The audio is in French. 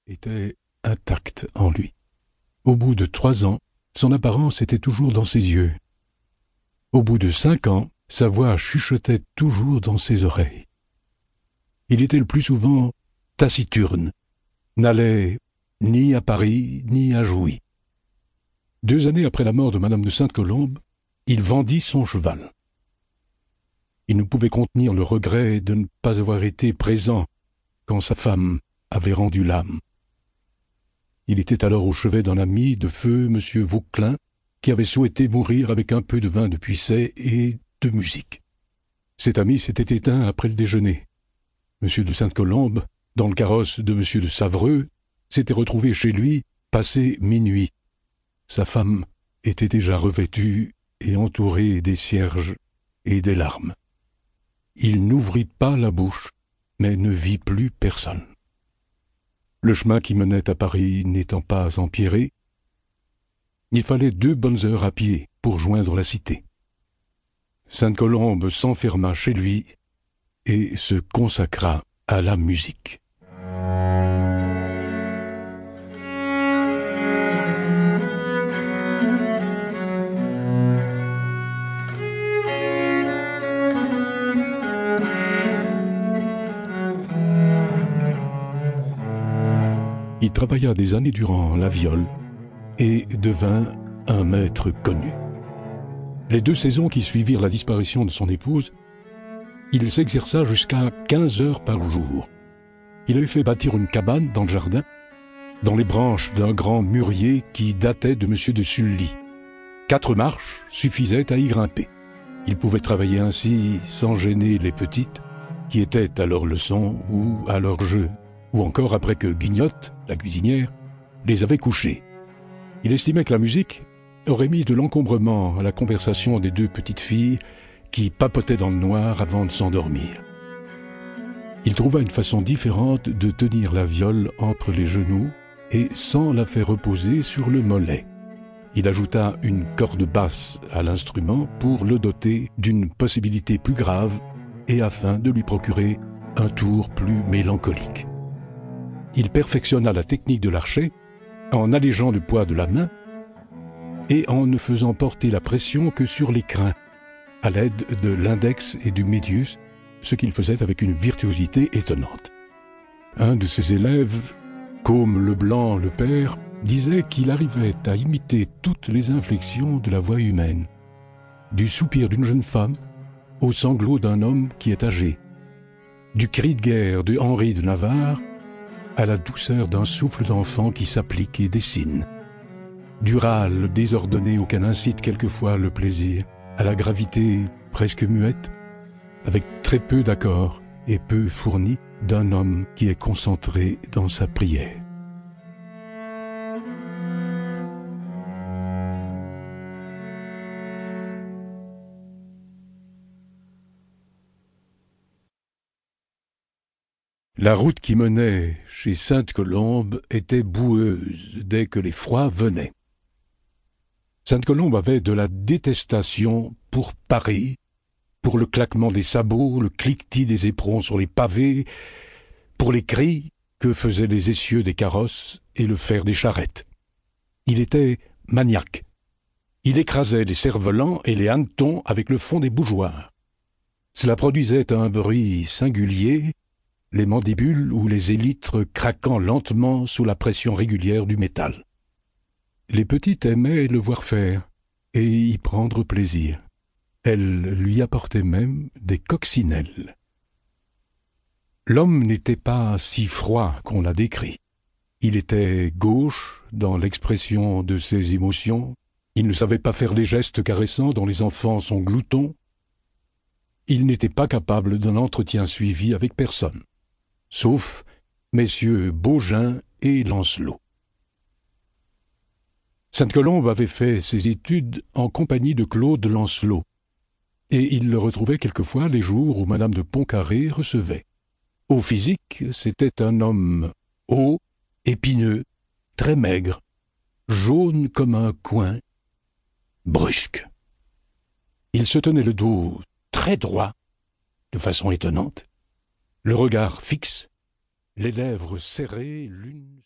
était intacte en lui. Au bout de 3 ans, son apparence était toujours dans ses yeux. Au bout de 5 ans, sa voix chuchotait toujours dans ses oreilles. Il était le plus souvent taciturne, n'allait ni à Paris ni à Jouy. 2 années après la mort de Madame de Sainte-Colombe, il vendit son cheval. Il ne pouvait contenir le regret de ne pas avoir été présent quand sa femme avait rendu l'âme. Il était alors au chevet d'un ami de feu, M. Vauquelin, qui avait souhaité mourir avec un peu de vin de Puisset et de musique. Cet ami s'était éteint après le déjeuner. M. de Sainte-Colombe, dans le carrosse de M. de Savreux, s'était retrouvé chez lui, passé minuit. Sa femme était déjà revêtue et entourée des cierges et des larmes. Il n'ouvrit pas la bouche, mais ne vit plus personne. Le chemin qui menait à Paris n'étant pas empierré, il fallait 2 bonnes heures à pied pour joindre la cité. Sainte-Colombe s'enferma chez lui et se consacra à la musique. Il travailla des années durant la viole et devint un maître connu. Les 2 saisons qui suivirent la disparition de son épouse, il s'exerça jusqu'à 15 heures par jour. Il avait fait bâtir une cabane dans le jardin, dans les branches d'un grand mûrier qui datait de M. de Sully. 4 marches suffisaient à y grimper. Il pouvait travailler ainsi sans gêner les petites, qui étaient à leur leçon ou à leur jeu, ou encore après que Guignotte, la cuisinière, les avait couchés. Il estimait que la musique aurait mis de l'encombrement à la conversation des 2 petites filles qui papotaient dans le noir avant de s'endormir. Il trouva une façon différente de tenir la viole entre les genoux et sans la faire reposer sur le mollet. Il ajouta une corde basse à l'instrument pour le doter d'une possibilité plus grave et afin de lui procurer un tour plus mélancolique. Il perfectionna la technique de l'archet en allégeant le poids de la main et en ne faisant porter la pression que sur les crins, à l'aide de l'index et du médius, ce qu'il faisait avec une virtuosité étonnante. Un de ses élèves, Côme Leblanc le père, disait qu'il arrivait à imiter toutes les inflexions de la voix humaine, du soupir d'une jeune femme au sanglot d'un homme qui est âgé, du cri de guerre de Henri de Navarre à la douceur d'un souffle d'enfant qui s'applique et dessine, du râle désordonné auquel incite quelquefois le plaisir, à la gravité presque muette, avec très peu d'accords et peu fournis d'un homme qui est concentré dans sa prière. La route qui menait chez Sainte-Colombe était boueuse dès que les froids venaient. Sainte-Colombe avait de la détestation pour Paris, pour le claquement des sabots, le cliquetis des éperons sur les pavés, pour les cris que faisaient les essieux des carrosses et le fer des charrettes. Il était maniaque. Il écrasait les cerfs-volants et les hannetons avec le fond des bougeoirs. Cela produisait un bruit singulier, les mandibules ou les élytres craquant lentement sous la pression régulière du métal. Les petites aimaient le voir faire et y prendre plaisir. Elles lui apportaient même des coccinelles. L'homme n'était pas si froid qu'on l'a décrit. Il était gauche dans l'expression de ses émotions. Il ne savait pas faire les gestes caressants dont les enfants sont gloutons. Il n'était pas capable d'un entretien suivi avec personne, sauf messieurs Baugin et Lancelot. Sainte-Colombe avait fait ses études en compagnie de Claude Lancelot, et il le retrouvait quelquefois les jours où Madame de Pontcarré recevait. Au physique, c'était un homme haut, épineux, très maigre, jaune comme un coing, brusque. Il se tenait le dos très droit, de façon étonnante, le regard fixe, les lèvres serrées l'une